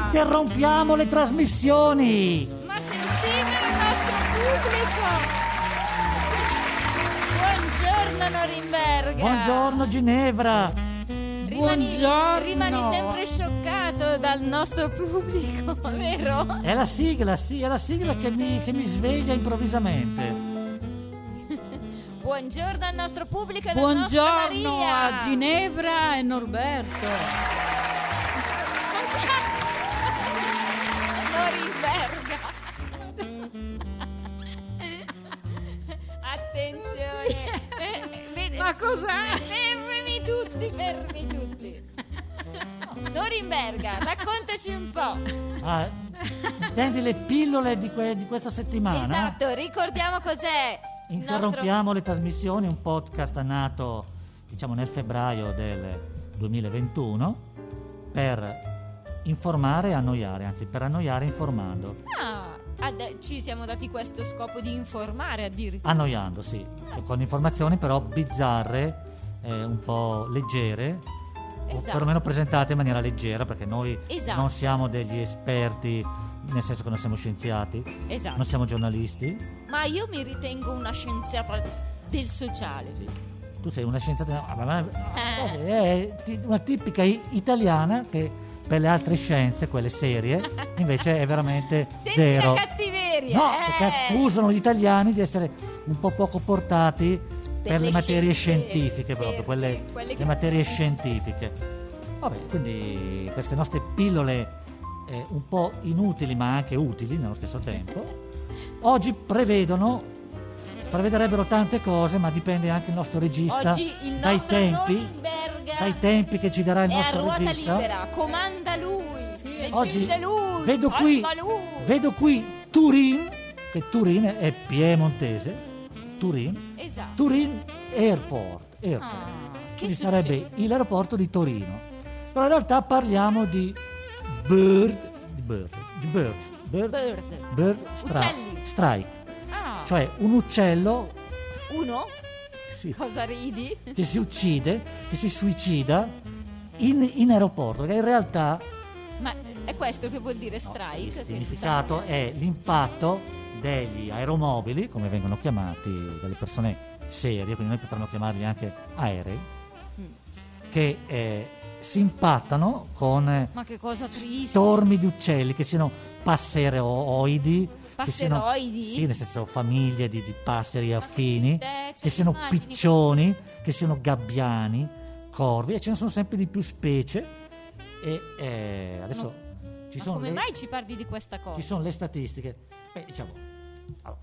Interrompiamo le trasmissioni. Ma sentite il nostro pubblico. Buongiorno Norimberga. Buongiorno Ginevra. Buongiorno. Rimani sempre scioccato dal nostro pubblico, vero? È la sigla, sì, è la sigla che mi sveglia improvvisamente. Buongiorno al nostro pubblico e alla nostra Buongiorno Maria. a Ginevra e Norberto. Norimberga. Attenzione. Vedi- Ma cos'è? Fermi tutti. Norimberga, raccontaci un po'. Ah, intendi le pillole di questa settimana? Esatto, ricordiamo cos'è. il Interrompiamo le trasmissioni, un podcast nato, diciamo, nel febbraio del 2021 per informare e annoiare, anzi per annoiare informando. Ci siamo dati questo scopo di informare addirittura. Annoiando, sì, con informazioni però bizzarre, un po' leggere, o Esatto. perlomeno presentate in maniera leggera, perché noi Esatto. non siamo degli esperti, nel senso che non siamo scienziati, Esatto. non siamo giornalisti. Ma io mi ritengo una scienziata del sociale. Sì. Tu sei una scienziata, è una tipica italiana che per le altre scienze, quelle serie, invece è veramente Senti zero. la cattiveria. No, perché accusano gli italiani di essere un po' poco portati per le materie scientifiche, proprio quelle le materie scientifiche. Vabbè, quindi queste nostre pillole un po' inutili ma anche utili nello stesso tempo oggi prevederebbero tante cose, ma dipende anche il nostro regista Oggi il dai nostro tempi Norimberga che ci darà il è a nostro ruota regista. libera, comanda lui, Oggi decide lui, vedo qui Turin, che Turin è piemontese, Turin Airport. Che Quindi sarebbe l'aeroporto di Torino. Però in realtà parliamo di bird Uccelli. strike, Ah, cioè un uccello uno? sì, Cosa ridi? che si uccide, che si suicida in aeroporto, perché in realtà Ma è questo che vuol dire il strike? significato è l'impatto degli aeromobili, come vengono chiamati dalle persone serie, quindi noi potremmo chiamarli anche aerei, che si impattano con Ma che cosa triste. stormi di uccelli, che siano passeroidi, che siano, Passeroidi? sì, nel senso famiglie di passeri affini, tristezza, che siano immagini. piccioni, che siano gabbiani, corvi, e ce ne sono sempre di più specie. E adesso ci Ma sono come mai ci parli di questa cosa? ci sono le statistiche. Allora,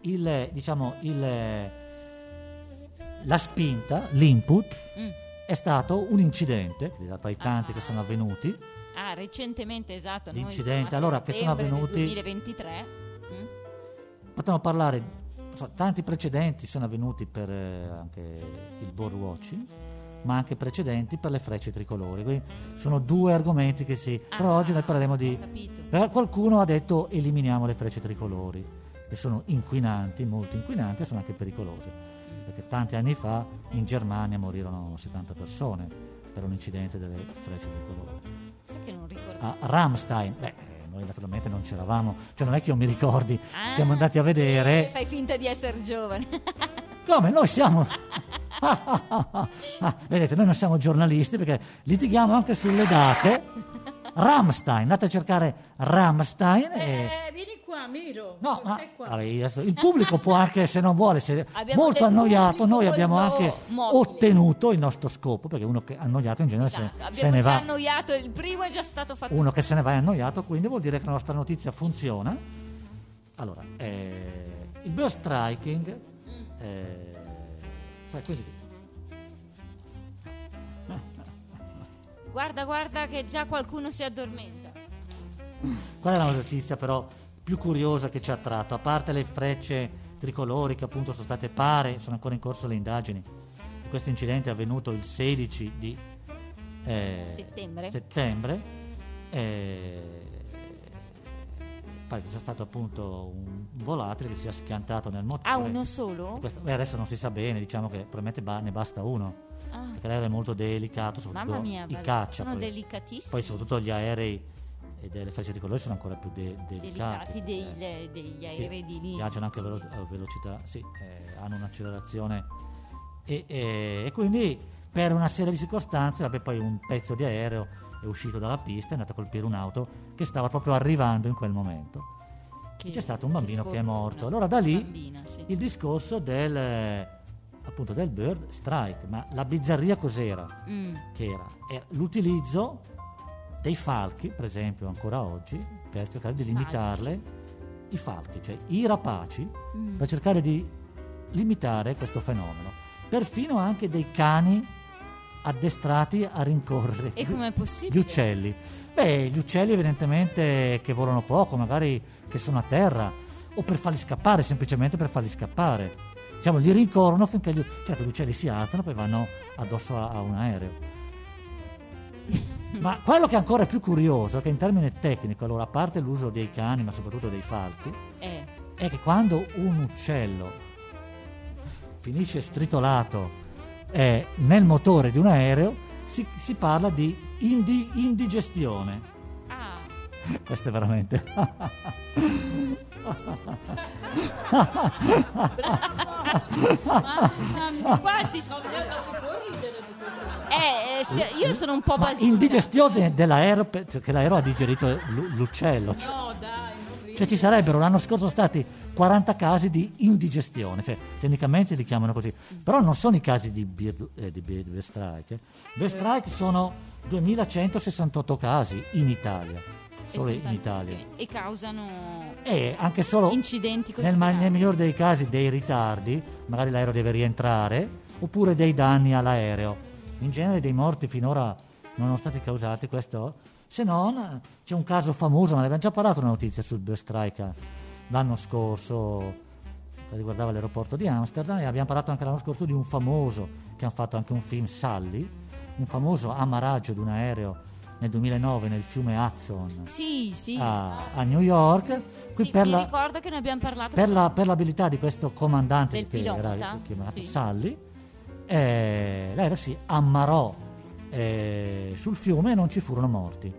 la spinta, l'input è stato un incidente, tra i tanti che sono avvenuti. Ah, recentemente, esatto. noi L'incidente, siamo a allora, che sono settembre del avvenuti- 2023. Potremmo parlare, tanti precedenti sono avvenuti per anche il birdwatching, ma anche precedenti per le frecce tricolori. Quindi sono due argomenti che però oggi noi parleremo di... Ho capito. Però qualcuno ha detto eliminiamo le frecce tricolori, che sono inquinanti, molto inquinanti, e sono anche pericolose, perché tanti anni fa in Germania morirono 70 persone per un incidente delle frecce tricolori. Sai che non ricordo. A Ramstein, noi naturalmente non c'eravamo, cioè non è che io mi ricordi, Ah, siamo andati a vedere. Fai finta di essere giovane. Come? Noi siamo... vedete, noi non siamo giornalisti perché litighiamo anche sulle date. Ramstein, andate a cercare Ramstein e... Vieni qua, Miro. No, ma Stai qua. vabbè, adesso il pubblico può anche, se non vuole, se Abbiamo molto del annoiato, pubblico noi abbiamo molto anche mobile. ottenuto il nostro scopo, perché uno che è annoiato in genere Esatto, se abbiamo ne già va. annoiato, il primo è già stato fatto. Uno che se ne va è annoiato, quindi vuol dire che la nostra notizia funziona. Allora, il bird striking, sai, quindi Guarda che già qualcuno si addormenta. qual è la notizia però più curiosa che ci ha attratto, a parte le frecce tricolori che appunto sono state sono ancora in corso le indagini. Questo incidente è avvenuto il 16 di settembre. Pare che sia stato appunto un volatile che sia schiantato nel motore. Ah, uno solo? Adesso non si sa bene, diciamo che probabilmente ne basta uno, perché l'aereo è molto delicato, soprattutto Mamma mia, i caccia, sono poi delicatissimi. soprattutto gli aerei e delle frecce tricolori sono ancora più delicati. Degli aerei di linea. Viaggiano anche a velocità, hanno un'accelerazione e quindi per una serie di circostanze, poi un pezzo di aereo è uscito dalla pista, è andato a colpire un'auto che stava proprio arrivando in quel momento. C'è stato un bambino che è morto. Allora da lì il discorso del bird strike. Ma la bizzarria cos'era? Che era l'utilizzo dei falchi, per esempio ancora oggi, per cercare di limitarle, i falchi, cioè i rapaci, per cercare di limitare questo fenomeno. Perfino anche dei cani addestrati a rincorrere e com'è possibile? Gli uccelli. Gli uccelli evidentemente che volano poco, magari che sono a terra, o per farli scappare, semplicemente per farli scappare. Diciamo, li rincorrono finché gli uccelli si alzano, poi vanno addosso a un aereo. Ma quello che è ancora più curioso, che in termine tecnico, allora, a parte l'uso dei cani, ma soprattutto dei falchi, è che quando un uccello finisce stritolato nel motore di un aereo, si parla di indigestione. Questo è veramente quasi io sono un po' basita. Indigestione dell'aereo, che l'aereo ha digerito l'uccello. No, dai, cioè ci sarebbero l'anno scorso stati 40 casi di indigestione, cioè tecnicamente li chiamano così, però non sono i casi di bird strike. Bird strike sono 2168 casi in Italia, solo in Italia, e causano anche solo incidenti così nel miglior dei casi dei ritardi, magari l'aereo deve rientrare, oppure dei danni all'aereo. In genere dei morti finora non sono stati causati, questo. Se non, c'è un caso famoso, ma ne abbiamo già parlato una notizia sul bird strike l'anno scorso, che riguardava l'aeroporto di Amsterdam, e abbiamo parlato anche l'anno scorso di un famoso, che hanno fatto anche un film, Sully, un famoso ammaraggio di un aereo nel 2009 nel fiume Hudson a New York. Qui mi ricordo che ne abbiamo parlato per l'abilità di questo comandante del che pilota, era chiamato Sully, l'aereo si ammarò sul fiume e non ci furono morti.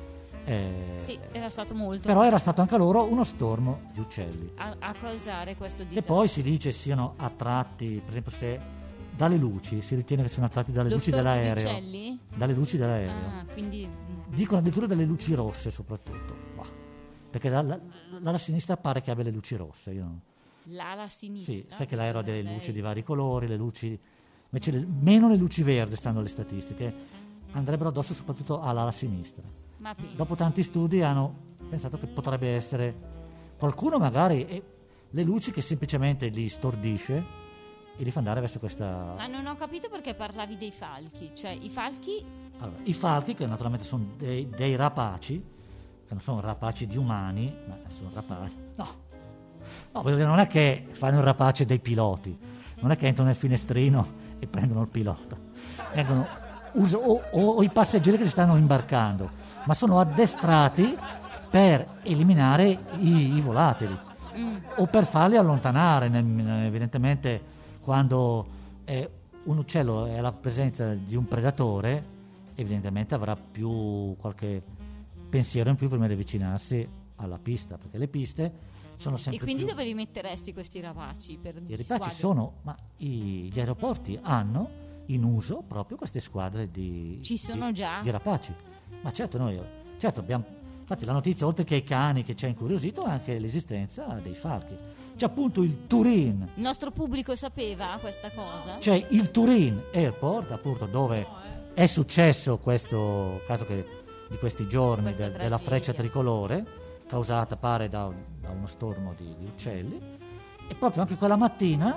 Era stato molto. Però era stato anche loro uno stormo di uccelli a causare questo disastro. E poi si dice siano attratti, per esempio, se dalle luci, si ritiene che siano attratti dalle luci dell'aereo. Di uccelli? Dalle luci dell'aereo. Quindi dicono addirittura dalle luci rosse soprattutto. Perché l'ala sinistra pare che abbia le luci rosse. L'ala sinistra? Sì, sai che l'aereo ha delle luci di vari colori, le luci. Invece meno le luci verdi, stanno le statistiche, andrebbero addosso soprattutto all'ala sinistra. Ma dopo tanti studi hanno pensato che potrebbe essere qualcuno magari le luci che semplicemente li stordisce e li fa andare verso questa. Ma non ho capito perché parlavi dei falchi, cioè i falchi. Allora, i falchi, che naturalmente sono dei rapaci, che non sono rapaci di umani, ma sono rapaci. No, voglio dire, non è che fanno il rapace dei piloti, non è che entrano nel finestrino e prendono il pilota, vengono o i passeggeri che li stanno imbarcando, ma sono addestrati per eliminare i volatili o per farli allontanare. Evidentemente quando un uccello è alla presenza di un predatore, evidentemente avrà più qualche pensiero in più prima di avvicinarsi alla pista, perché le piste sono sempre e quindi più. dove li metteresti questi rapaci? I rapaci sono, ma gli aeroporti hanno in uso proprio queste squadre di rapaci. Ma certo, abbiamo, infatti la notizia, oltre che ai cani che ci ha incuriosito, è anche l'esistenza dei falchi. C'è appunto il Turin. Il nostro pubblico sapeva questa cosa? C'è il Turin Airport, appunto, dove è successo questo caso di questi giorni della freccia tricolore, causata pare da uno stormo di uccelli, e proprio anche quella mattina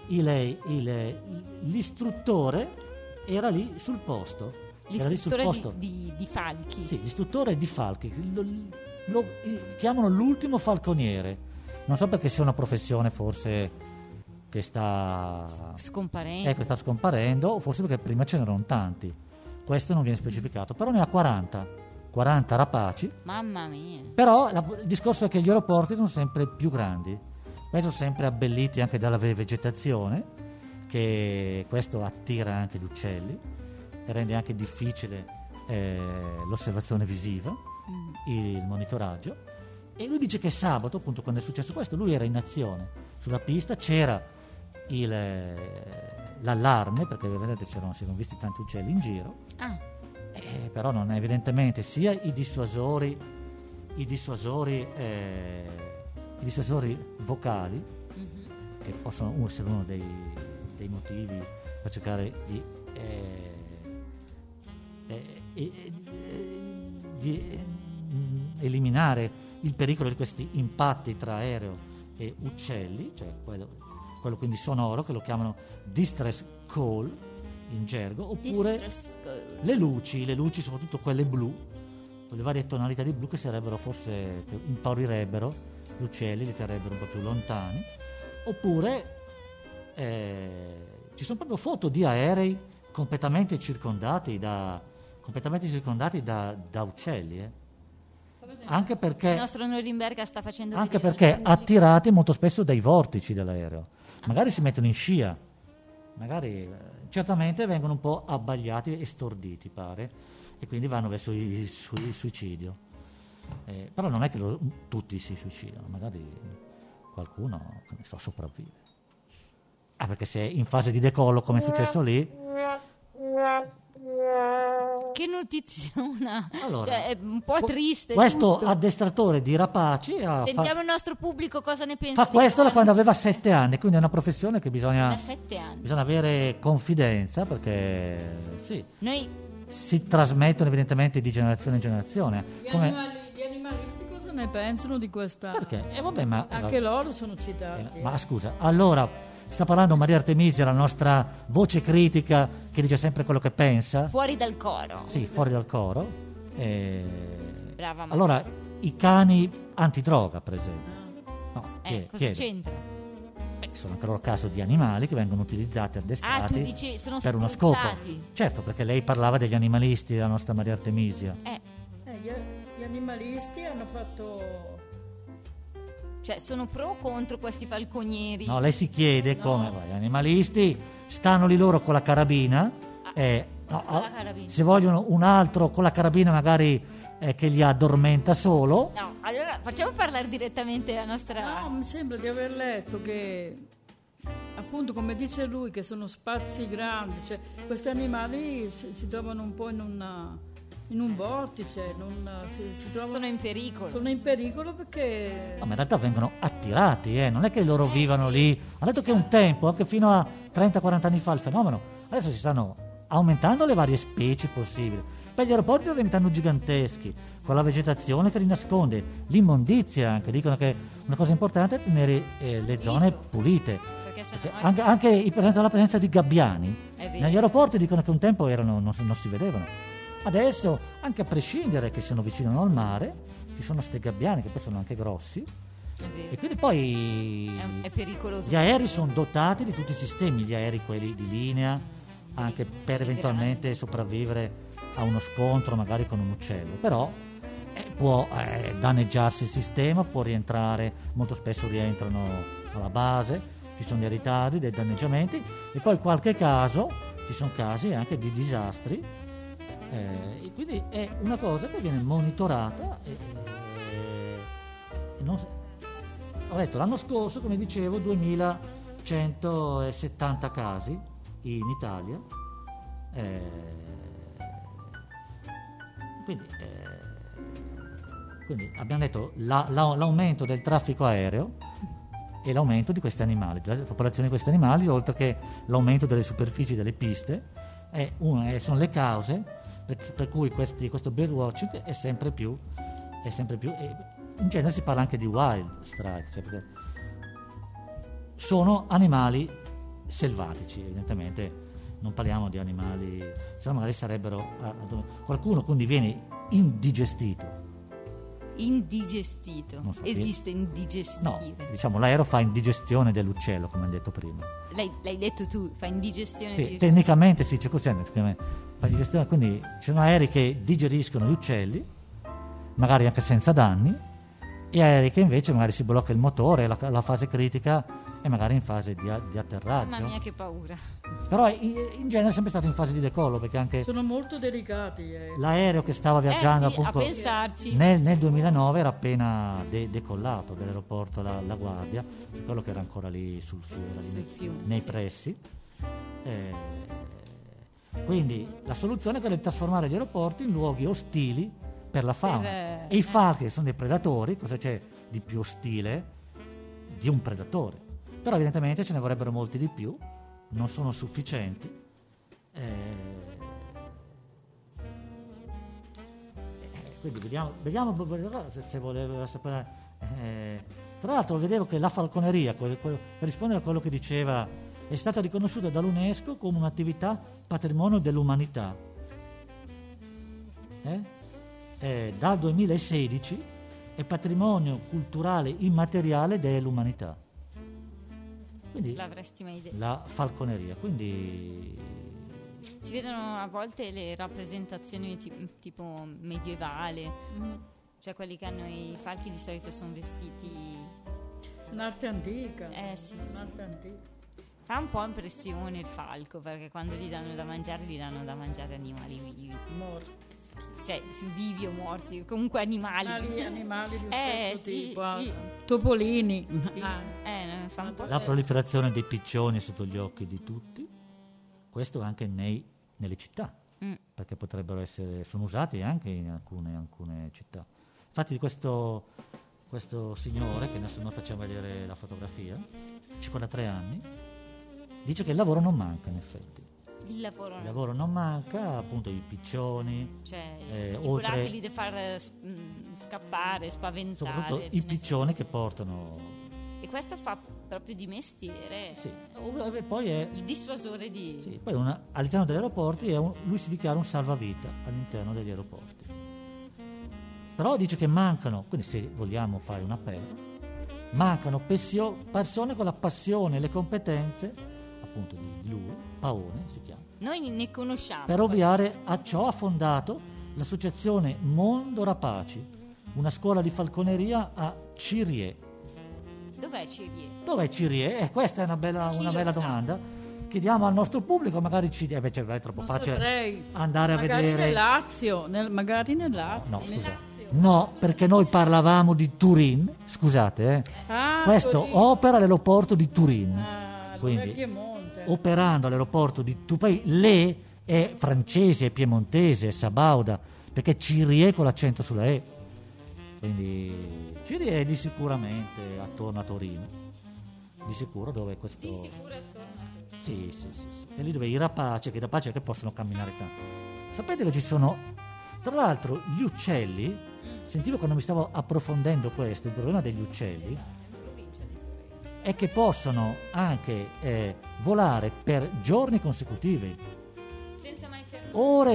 l'istruttore era lì sul posto. L'istruttore di falchi? Sì, l'istruttore di falchi, lo chiamano l'ultimo falconiere, non so perché sia una professione forse che sta scomparendo, o forse perché prima ce n'erano tanti, questo non viene specificato, però ne ha 40 rapaci. Mamma mia. Però il discorso è che gli aeroporti sono sempre più grandi, poi sono sempre abbelliti anche dalla vegetazione, che questo attira anche gli uccelli e rende anche difficile l'osservazione visiva. il monitoraggio, e lui dice che sabato, appunto, quando è successo questo, lui era in azione sulla pista, c'era l'allarme, perché vedete si erano visti tanti uccelli in giro, però non è evidentemente sia i dissuasori vocali, che possono essere uno dei motivi per cercare di eliminare il pericolo di questi impatti tra aereo e uccelli, cioè quello quindi sonoro, che lo chiamano distress call in gergo, oppure le luci, soprattutto quelle blu, le varie tonalità di blu, che sarebbero forse, che impaurirebbero gli uccelli, li terrebbero un po' più lontani. Oppure ci sono proprio foto di aerei completamente circondati da uccelli, anche perché il nostro Norimberga sta facendo anche vedere perché al pubblico. attirati molto spesso dai vortici dell'aereo, magari si mettono in scia, magari certamente vengono un po' abbagliati e storditi, pare, e quindi vanno verso il suicidio. Però non è che tutti si suicidano, magari qualcuno, che ne so, sopravvive. Perché se è in fase di decollo, come è successo lì. Che notiziona! Allora, cioè, è un po' triste. Questo tutto. addestratore di rapaci Sentiamo il nostro pubblico cosa ne pensa. fa questo da quando aveva 7 anni, quindi è una professione che Da 7 anni. bisogna avere confidenza, perché sì, Noi si trasmettono evidentemente di generazione in generazione. Gli animalisti cosa ne pensano di questa? Perché? Vabbè, ma Anche loro sono citati. ma scusa, allora sta parlando Maria Artemisia, la nostra voce critica che dice sempre quello che pensa? fuori dal coro. Sì, fuori dal coro. Brava Maria. Allora, i cani antidroga, per esempio. No, Cosa chiedo. c'entra? Sono anche loro caso di animali che vengono utilizzati, addestrati tu dici sono per uno scopo. sfruttati. Certo, perché lei parlava degli animalisti, la nostra Maria Artemisia. Gli animalisti hanno fatto... Cioè, sono pro o contro questi falconieri? No, lei si chiede come gli animalisti stanno lì loro con la carabina, con la carabina. se vogliono un altro con la carabina magari che li addormenta solo. No, allora facciamo parlare direttamente la nostra... No, mi sembra di aver letto che, appunto, come dice lui, che sono spazi grandi, cioè questi animali si trovano un po' in un vortice, si trovano, Sono in pericolo. sono in pericolo perché... No, ma in realtà vengono attirati, non è che loro vivano lì. Ha detto che un tempo, anche fino a 30-40 anni fa, il fenomeno, adesso si stanno aumentando le varie specie possibili. Poi gli aeroporti stanno diventando giganteschi, con la vegetazione che li nasconde, l'immondizia anche. Dicono che una cosa importante è tenere le zone pulite. Perché se Perché no... anche la presenza di gabbiani. È vero. Negli aeroporti dicono che un tempo non si vedevano. Adesso, anche a prescindere che siano vicino al mare, ci sono ste gabbiani che poi sono anche grossi, È vero. e quindi poi È pericoloso. gli aerei sono dotati di tutti i sistemi, gli aerei quelli di linea, anche per quelli eventualmente grandi. sopravvivere a uno scontro magari con un uccello, però può danneggiarsi il sistema, può rientrare, molto spesso rientrano alla base, ci sono dei ritardi, dei danneggiamenti, e poi in qualche caso ci sono casi anche di disastri. E quindi è una cosa che viene monitorata e ho detto l'anno scorso, come dicevo, 2170 casi in Italia, quindi abbiamo detto l'aumento del traffico aereo e l'aumento di questi animali, della popolazione di questi animali, oltre che l'aumento delle superfici delle piste, sono le cause per cui questo birdwatching è sempre più, e in genere si parla anche di wild strike, cioè perché sono animali selvatici, evidentemente non parliamo di animali, se no magari sarebbero qualcuno quindi viene indigestito. Indigestito. So, Esiste indigestire. No, diciamo l'aereo fa indigestione dell'uccello, come hai detto prima. L'hai detto tu, fa indigestione Sì, di... tecnicamente si dice così, fa indigestione, quindi ci sono aerei che digeriscono gli uccelli, magari anche senza danni, e aerei che invece magari si blocca il motore, la fase critica e magari in fase di atterraggio. Mamma mia, che paura. Però in genere è sempre stato in fase di decollo, perché anche Sono molto delicati. l'aereo che stava viaggiando Sì, appunto a pensarci. nel 2009 era appena decollato dall'aeroporto La Guardia, che quello che era ancora lì sul fiume, nei sì. pressi. Quindi la soluzione è quella di trasformare gli aeroporti in luoghi ostili per la fauna. E i falchi, che sono dei predatori, cosa c'è di più ostile di un predatore? Però evidentemente ce ne vorrebbero molti di più, non sono sufficienti. Quindi vediamo se voleva sapere. Tra l'altro vedevo che la falconeria, per rispondere a quello che diceva, è stata riconosciuta dall'UNESCO come un'attività patrimonio dell'umanità. Dal 2016 è patrimonio culturale immateriale dell'umanità. Quindi L'avresti mai detto? la falconeria, quindi Si vedono a volte le rappresentazioni tipo medievale, cioè quelli che hanno i falchi di solito sono vestiti. Un'arte antica. Sì. Un'arte antica. Fa un po' impressione il falco, perché quando gli danno da mangiare animali vivi. Morti. Cioè, vivi o morti, comunque animali. Animali di un certo sì, tipo. sì. Topolini. Sì. Fa un po' la proliferazione dei piccioni sotto gli occhi di tutti, questo anche nelle città, perché sono usati anche in alcune città. Infatti di questo signore, che adesso noi facciamo vedere la fotografia, 53 anni, dice che il lavoro non manca, in effetti. Il Il lavoro non manca, appunto i piccioni, cioè i oltre volatili da far scappare, spaventare. soprattutto i piccioni che portano. E questo fa proprio di mestiere. Sì, e poi è Il dissuasore di. sì, poi all'interno degli aeroporti lui si dichiara un salvavita all'interno degli aeroporti. Però dice che mancano, quindi se vogliamo fare un appello, mancano persone con la passione e le competenze, appunto di lui, Paone si chiama. Noi ne conosciamo. Per ovviare a ciò ha fondato l'associazione Mondo Rapaci, una scuola di falconeria a Cirie. Dov'è Cirie? Dov'è Cirie? Questa è una bella domanda. Chiediamo al nostro pubblico, magari è troppo Non facile saprei. andare a Magari vedere. magari nel Lazio. No, scusa. No, perché noi parlavamo di Turin, scusate, questo così. opera all'aeroporto di Turin. Allora Quindi, è Piemonte. operando all'aeroporto di Turin, lei è francese, è piemontese, è sabauda, perché Cirie con l'accento sulla E. Quindi Cirie è di sicuramente attorno a Torino, di sicuro, dove questo. Di sicuro è attorno a te. Sì. E lì dove i rapaci che possono camminare tanto. Sapete che ci sono, tra l'altro, gli uccelli. Sentivo quando mi stavo approfondendo questo, il problema degli uccelli è che possono anche volare per giorni consecutivi. Senza mai fermare.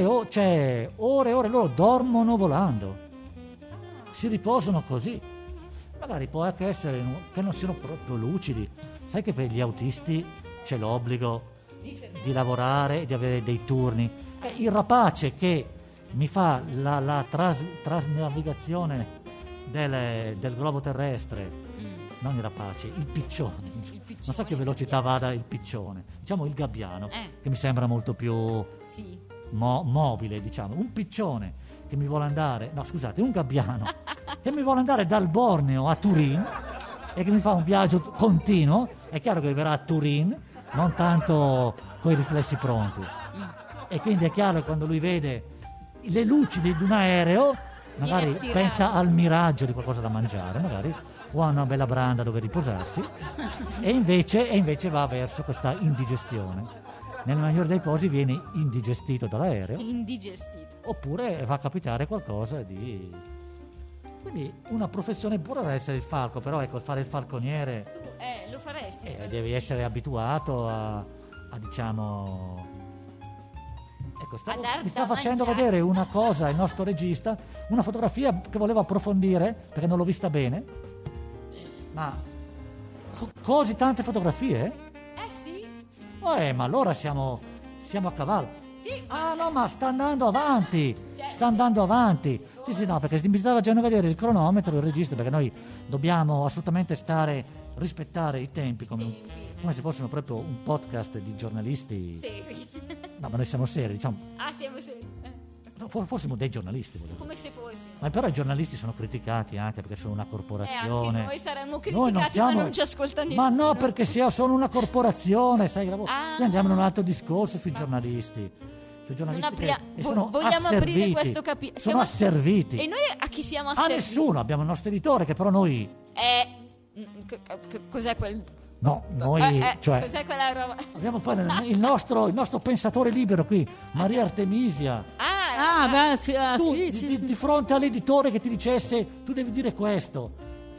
Ore, loro dormono volando. Si riposano così. Magari può anche essere che non siano proprio lucidi. Sai che per gli autisti c'è l'obbligo di lavorare e di avere dei turni. Il rapace che mi fa la trasnavigazione del globo terrestre, non i rapaci, il piccione. Non so che velocità vada il piccione, diciamo il gabbiano, che mi sembra molto più mobile, diciamo. Un piccione che mi vuole andare, un gabbiano che mi vuole andare dal Borneo a Turin e che mi fa un viaggio continuo, è chiaro che arriverà a Turin, non tanto con i riflessi pronti. E quindi è chiaro che quando lui vede le luci di un aereo, magari pensa al miraggio di qualcosa da mangiare, magari, o a una bella branda dove riposarsi, e invece va verso questa indigestione. Nel maggior dei casi viene indigestito dall'aereo. Indigestito. Oppure va a capitare qualcosa di. Quindi una professione pure deve essere il falco, però ecco, fare il falconiere. Tu lo faresti? Devi essere abituato a diciamo. Ecco, mi sta facendo vedere una cosa il nostro regista, una fotografia che volevo approfondire perché non l'ho vista bene, ma così tante fotografie? Sì. Ma allora siamo a cavallo. Sì. Ah no, ma sta andando avanti, Sì, no, perché mi stava già a vedere il cronometro, il regista, perché noi dobbiamo assolutamente stare rispettare i tempi come se fossimo proprio un podcast di giornalisti. Seri. No, ma noi siamo seri, diciamo. Ah, siamo seri. Fossimo dei giornalisti, volevo dire. Come se fossimo. Ma però i giornalisti sono criticati anche perché sono una corporazione. Anche noi saremmo Noi criticati, non siamo... ma non ci ascolta nessuno. Ma no, perché sono una corporazione, sai? Qui andiamo in un altro discorso sui giornalisti. Sui giornalisti vogliamo aprire questo capitolo. Sono asserviti. E noi a chi siamo A asserviti? nessuno, abbiamo il nostro editore che però noi... Cos'è quel... No, noi... cioè, cos'è quella roba? abbiamo poi il nostro pensatore libero qui, Maria Artemisia. Di fronte all'editore che ti dicesse tu devi dire questo,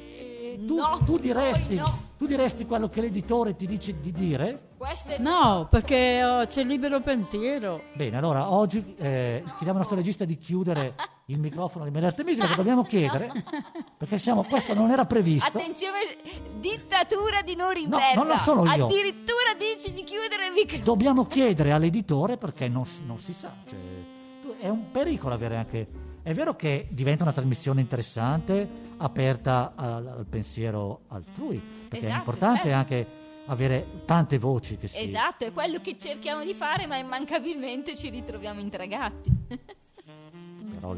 tu diresti quello che l'editore ti dice di dire? No, perché c'è libero pensiero. Bene, allora oggi chiediamo al nostro regista di chiudere il microfono di Maria Artemisia, perché dobbiamo chiedere, perché questo non era previsto. Attenzione, dittatura di Norimberga. No, non lo sono io. Addirittura dici di chiudere il microfono. Dobbiamo chiedere all'editore perché non si sa, cioè, è un pericolo avere anche... È vero che diventa una trasmissione interessante, aperta al pensiero altrui, perché è importante anche avere tante voci che si... Esatto, è quello che cerchiamo di fare, ma immancabilmente ci ritroviamo intragati. Però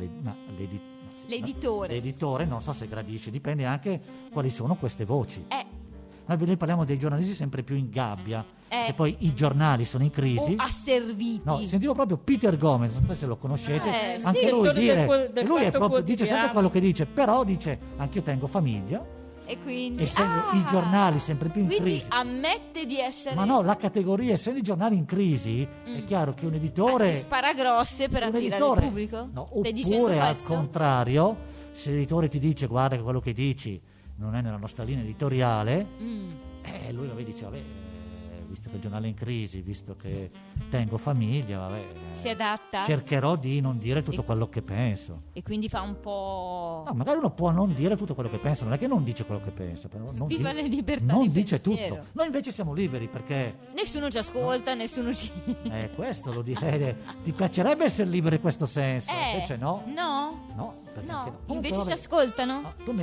l'editore non so se gradisce, dipende anche quali sono queste voci. Noi parliamo dei giornalisti sempre più in gabbia, e poi i giornali sono in crisi. O asserviti. No, sentivo proprio Peter Gomez, non so se lo conoscete, anche sì, lui del lui è proprio, dice sempre quotidiano. quello che dice, però dice anche io tengo famiglia. E quindi essendo i giornali sempre più in crisi, ammette di essere... Ma no, la categoria, essendo i giornali in crisi, è chiaro che un editore... spara grosse per attirare il pubblico? No, oppure al contrario, se l'editore ti dice guarda che quello che dici non è nella nostra linea editoriale, lui dice vabbè, visto che il giornale è in crisi, visto che tengo famiglia, vabbè, si adatta, cercherò di non dire tutto quello che penso. E quindi fa un po'... No, magari uno può non dire tutto quello che pensa, non è che non dice quello che pensa, però viva la libertà non di dice pensiero. tutto. Noi invece siamo liberi perché nessuno ci ascolta, nessuno ci... questo lo direi. Ti piacerebbe essere libero in questo senso? Invece no. No, perché comunque, invece ci ascoltano. No, tu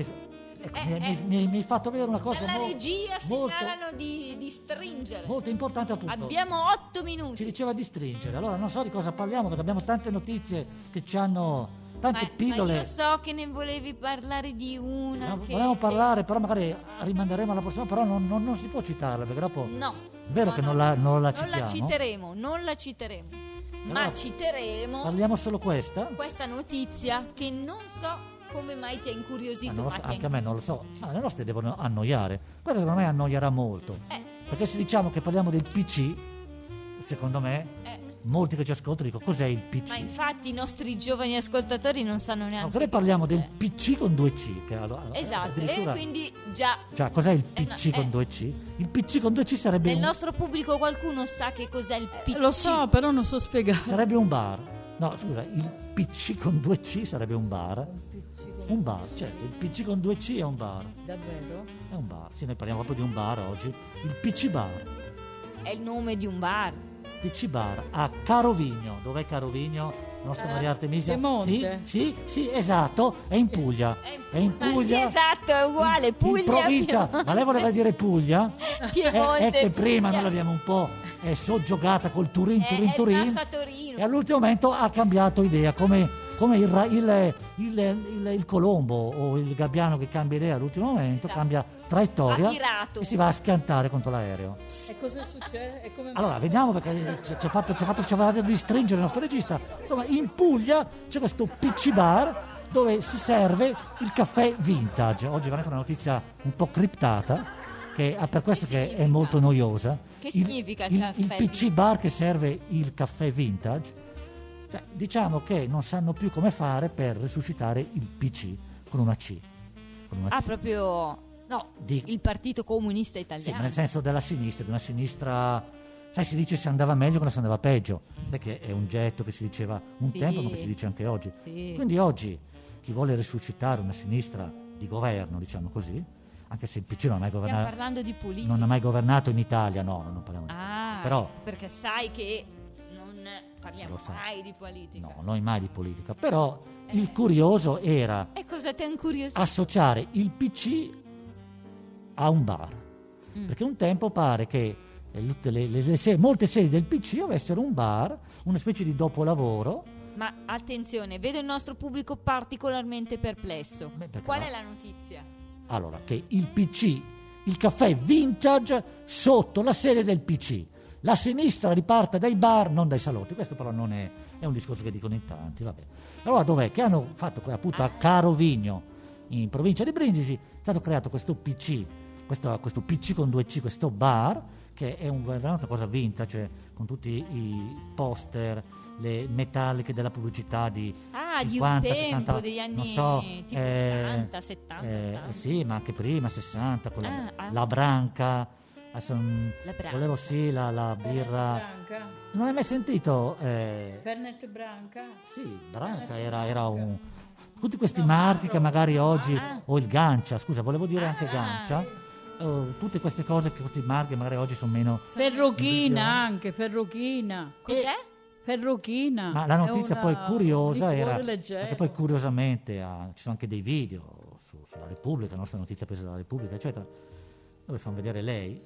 mi hai fatto vedere una cosa dalla regia segnalano di stringere. Molto importante, appunto. Abbiamo 8 minuti. Ci diceva di stringere. Allora non so di cosa parliamo, perché abbiamo tante notizie che ci hanno, tante pillole. Ma io so che ne volevi parlare di una. Volevamo parlare, però magari rimanderemo alla prossima, però non si può citarla, perché dopo... No. È vero che non la citiamo. Non la citeremo. Allora, ma citeremo... Parliamo solo questa notizia che non so... come mai ti ha incuriosito? Anche a me non lo so, ma le nostre devono annoiare. Questa secondo me annoierà molto, perché se diciamo che parliamo del PC, secondo me molti che ci ascoltano dicono cos'è il PC? Ma infatti i nostri giovani ascoltatori non sanno neanche. No, noi parliamo del PC con 2C, che esatto, e quindi già cos'è il PC con 2C? Il PC con 2C sarebbe nel nostro pubblico qualcuno sa che cos'è il PC? Lo so, però non so spiegare. Sarebbe un bar. No, scusa, il PC con 2C sarebbe un bar. Un bar, certo, il PC con 2C è un bar. Davvero? È un bar, sì, noi parliamo proprio di un bar oggi. Il PC Bar. È il nome di un bar. PC Bar a Carovigno. Dov'è Carovigno? La nostra Maria Artemisia? Piemonte. Sì, esatto, è in Puglia. È in Puglia. Sì, esatto, è uguale, Puglia. In provincia, ma lei voleva dire Puglia? Piemonte. È che prima noi l'abbiamo un po' soggiogata col Turin. È rimasta Torino. E all'ultimo momento ha cambiato idea, come il colombo o il gabbiano che cambia idea all'ultimo momento, cambia traiettoria e si va a schiantare contro l'aereo. E cosa succede? Allora, vediamo, perché ci ha fatto di stringere il nostro regista. Insomma, in Puglia c'è questo PC Bar dove si serve il caffè vintage. Oggi è veramente una notizia un po' criptata, che per questo che è molto noiosa. Che significa il PC Bar che serve il caffè vintage? Cioè, diciamo che non sanno più come fare per risuscitare il PC con una C. Proprio il Partito Comunista Italiano. Sì, ma nel senso della sinistra, di una sinistra... Sai, si dice si andava meglio quando si andava peggio. Perché è un getto che si diceva un tempo, ma che si dice anche oggi. Sì. Quindi oggi chi vuole risuscitare una sinistra di governo, diciamo così, anche se il PC non ha mai governato... Stiamo parlando di politica. Non ha mai governato in Italia, no, non parliamo di politica. Però, perché sai che non parliamo mai di politica. No, noi mai di politica. Però il curioso era e cosa ti ha incuriosito? associare il PC a un bar. Perché un tempo pare che molte sedi del PC avessero un bar, una specie di dopolavoro. Ma attenzione, vedo il nostro pubblico particolarmente perplesso. Qual è la notizia? Allora, che il PC, il caffè vintage sotto la sede del PC. La sinistra riparte dai bar, non dai salotti. Questo però non è un discorso che dicono in tanti. Vabbè. Allora dov'è? Che hanno fatto appunto a Carovigno, in provincia di Brindisi, è stato creato questo PC, questo PC con 2C, questo bar, che è veramente una cosa vintage, con tutti i poster, le metalliche della pubblicità di 50, di un tempo, 60, degli anni non so, tipo 80, 70. sì, ma anche prima, 60, con la Branca. Adesso, La Branca. volevo la birra. Branca. Non hai mai sentito? Fernet Branca. Sì, Branca era un... Tutti questi marchi che magari oggi... O il Gancia, scusa, volevo dire anche Gancia. Tutte queste cose, questi marchi magari oggi sono meno... Ferrochina anche, Ferrochina. Cos'è? Ferrochina. Ma la notizia poi curiosa era... leggero. Perché poi curiosamente ci sono anche dei video sulla Repubblica, la nostra notizia presa dalla Repubblica, eccetera, dove fanno vedere lei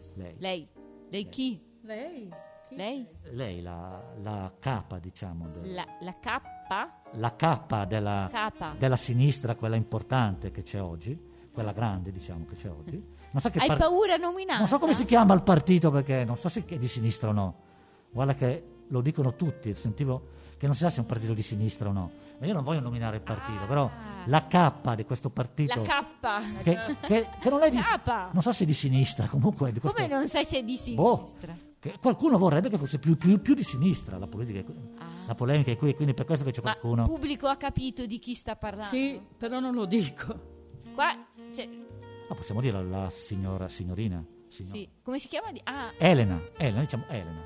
Chi? Lei? Chi? Lei, la capa, diciamo. La cappa? La capa della sinistra, quella importante che c'è oggi, quella grande, diciamo, che c'è oggi. Non so che Hai paura a nominarla? Non so come si chiama il partito, perché non so se è di sinistra o no. Guarda che lo dicono tutti, sentivo che non si sa se è un partito di sinistra o no. Ma io non voglio nominare il partito, però la cappa di questo partito... La cappa! Che non è di... Cappa. Non so se è di sinistra, comunque... Di questo, come non sai se è di sinistra? Che qualcuno vorrebbe che fosse più di sinistra la politica, la polemica è qui, quindi per questo che c'è qualcuno... Ma il pubblico ha capito di chi sta parlando? Sì, però non lo dico. Qua c'è... possiamo dire la signorina? Sì, come si chiama? Elena, diciamo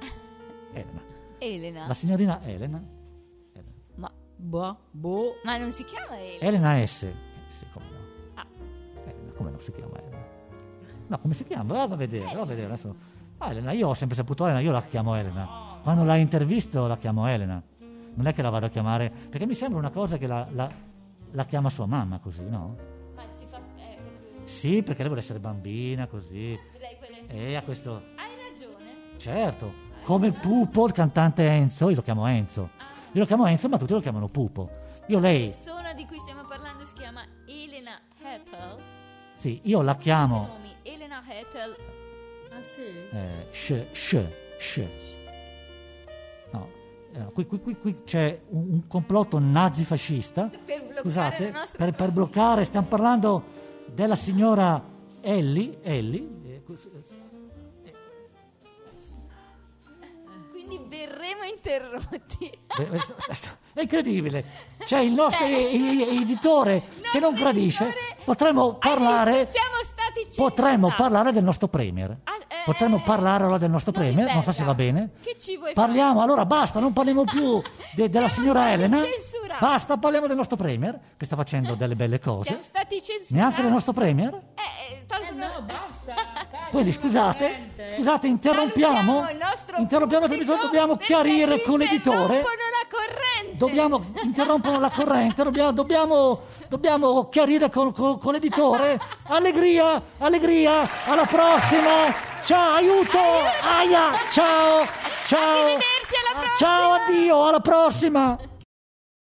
Elena. La signorina Elena. Ma Ma non si chiama Elena? Elena S. Sì, come no? Elena, come non si chiama Elena? No, come si chiama? Va a vedere adesso. Elena, io ho sempre saputo Elena, io la chiamo Elena. Quando la intervisto la chiamo Elena. Non è che la vado a chiamare, perché mi sembra una cosa che la chiama sua mamma così, no? Ma si fa... Sì, perché lei vuole essere bambina, così. Lei ha questo... Hai ragione. Certo. Come Pupo, il cantante Enzo, io lo chiamo Enzo. Io lo chiamo Enzo, ma tutti lo chiamano Pupo. La persona di cui stiamo parlando si chiama Elena Hettel. Sì, io la chiamo... Elena Hettel. Ah sì? No, qui c'è un complotto nazifascista. Scusate, per bloccare, stiamo parlando della signora Ellie. Verremo interrotti. È incredibile. C'è il nostro editore che non gradisce. Potremmo parlare. Siamo stati censurati. Potremmo parlare del nostro premier. Potremmo parlare allora del nostro premier. Non so se va bene. Che ci vuoi Parliamo allora, basta, non parliamo più della signora Elena. Basta, parliamo del nostro premier che sta facendo delle belle cose. Siamo stati censurati. Neanche del nostro premier? No, basta. Quindi scusate, interrompiamo la trasmissione, dobbiamo chiarire con l'editore. Dobbiamo interrompere la corrente, dobbiamo chiarire con l'editore. Allegria, alla prossima. Ciao, aiuto. Aia, ciao. Arrivederci, alla prossima. Ciao, addio, alla prossima.